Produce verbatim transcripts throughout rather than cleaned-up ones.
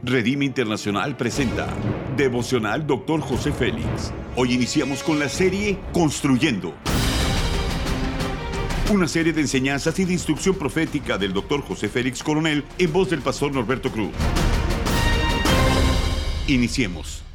Redime Internacional presenta Devocional doctor José Félix. Hoy iniciamos con la serie Construyendo. Una serie de enseñanzas y de instrucción profética del doctor José Félix Coronel en voz del pastor Norberto Cruz. Iniciemos.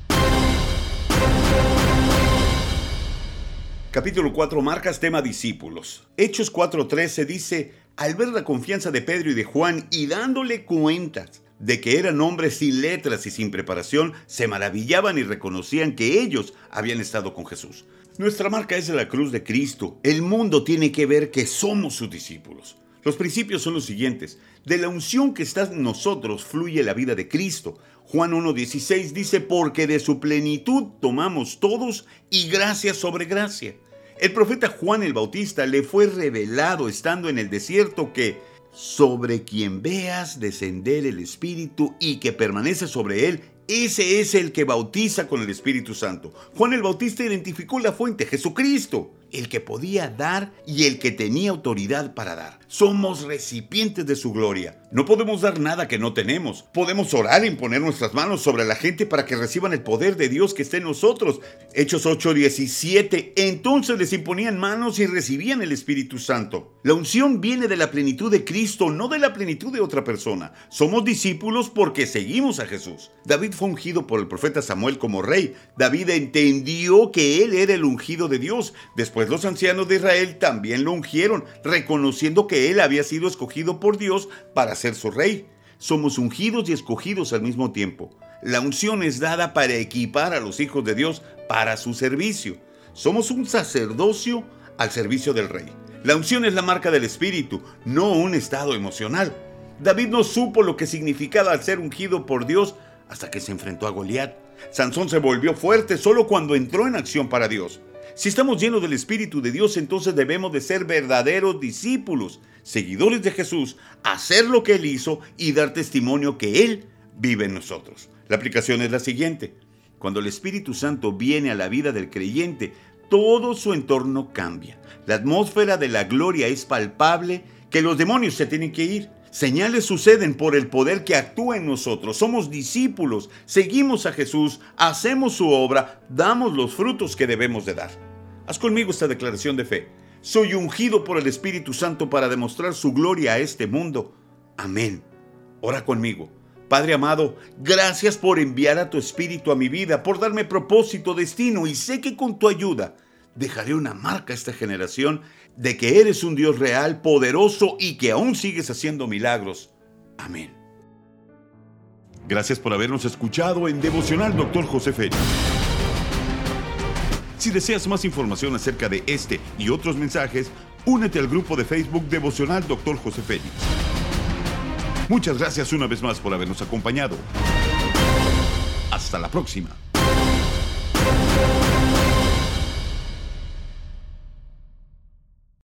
Capítulo cuatro, marcas, tema discípulos. Hechos cuatro trece dice: al ver la confianza de Pedro y de Juan y dándole cuentas de que eran hombres sin letras y sin preparación, se maravillaban y reconocían que ellos habían estado con Jesús. Nuestra marca es la cruz de Cristo. El mundo tiene que ver que somos sus discípulos. Los principios son los siguientes: de la unción que está en nosotros fluye la vida de Cristo. Juan uno dieciséis dice: porque de su plenitud tomamos todos y gracia sobre gracia. El profeta Juan el Bautista le fue revelado estando en el desierto que sobre quien veas descender el Espíritu y que permanece sobre él, ese es el que bautiza con el Espíritu Santo. Juan el Bautista identificó la fuente, Jesucristo, el que podía dar y el que tenía autoridad para dar. Somos recipientes de su gloria. No podemos dar nada que no tenemos. Podemos orar y poner nuestras manos sobre la gente para que reciban el poder de Dios que está en nosotros. Hechos ocho diecisiete. Entonces les imponían manos y recibían el Espíritu Santo. La unción viene de la plenitud de Cristo, no de la plenitud de otra persona. Somos discípulos porque seguimos a Jesús. David fue ungido por el profeta Samuel como rey. David entendió que él era el ungido de Dios. Después los ancianos de Israel también lo ungieron, reconociendo que él había sido escogido por Dios para ser su rey. Somos ungidos y escogidos al mismo tiempo. La unción es dada para equipar a los hijos de Dios para su servicio. Somos un sacerdocio al servicio del rey. La unción es la marca del Espíritu, no un estado emocional. David no supo lo que significaba al ser ungido por Dios hasta que se enfrentó a Goliat. Sansón se volvió fuerte solo cuando entró en acción para Dios. Si estamos llenos del Espíritu de Dios, entonces debemos de ser verdaderos discípulos, seguidores de Jesús, hacer lo que Él hizo y dar testimonio que Él vive en nosotros. La aplicación es la siguiente: cuando el Espíritu Santo viene a la vida del creyente, todo su entorno cambia. La atmósfera de la gloria es palpable, que los demonios se tienen que ir. Señales suceden por el poder que actúa en nosotros. Somos discípulos, seguimos a Jesús, hacemos su obra, damos los frutos que debemos de dar. Haz conmigo esta declaración de fe. Soy ungido por el Espíritu Santo para demostrar su gloria a este mundo. Amén. Ora conmigo. Padre amado, gracias por enviar a tu Espíritu a mi vida, por darme propósito, destino, y sé que con tu ayuda dejaré una marca a esta generación de que eres un Dios real, poderoso y que aún sigues haciendo milagros. Amén. Gracias por habernos escuchado en Devocional doctor José Félix. Si deseas más información acerca de este y otros mensajes, únete al grupo de Facebook Devocional doctor José Félix. Muchas gracias una vez más por habernos acompañado. Hasta la próxima.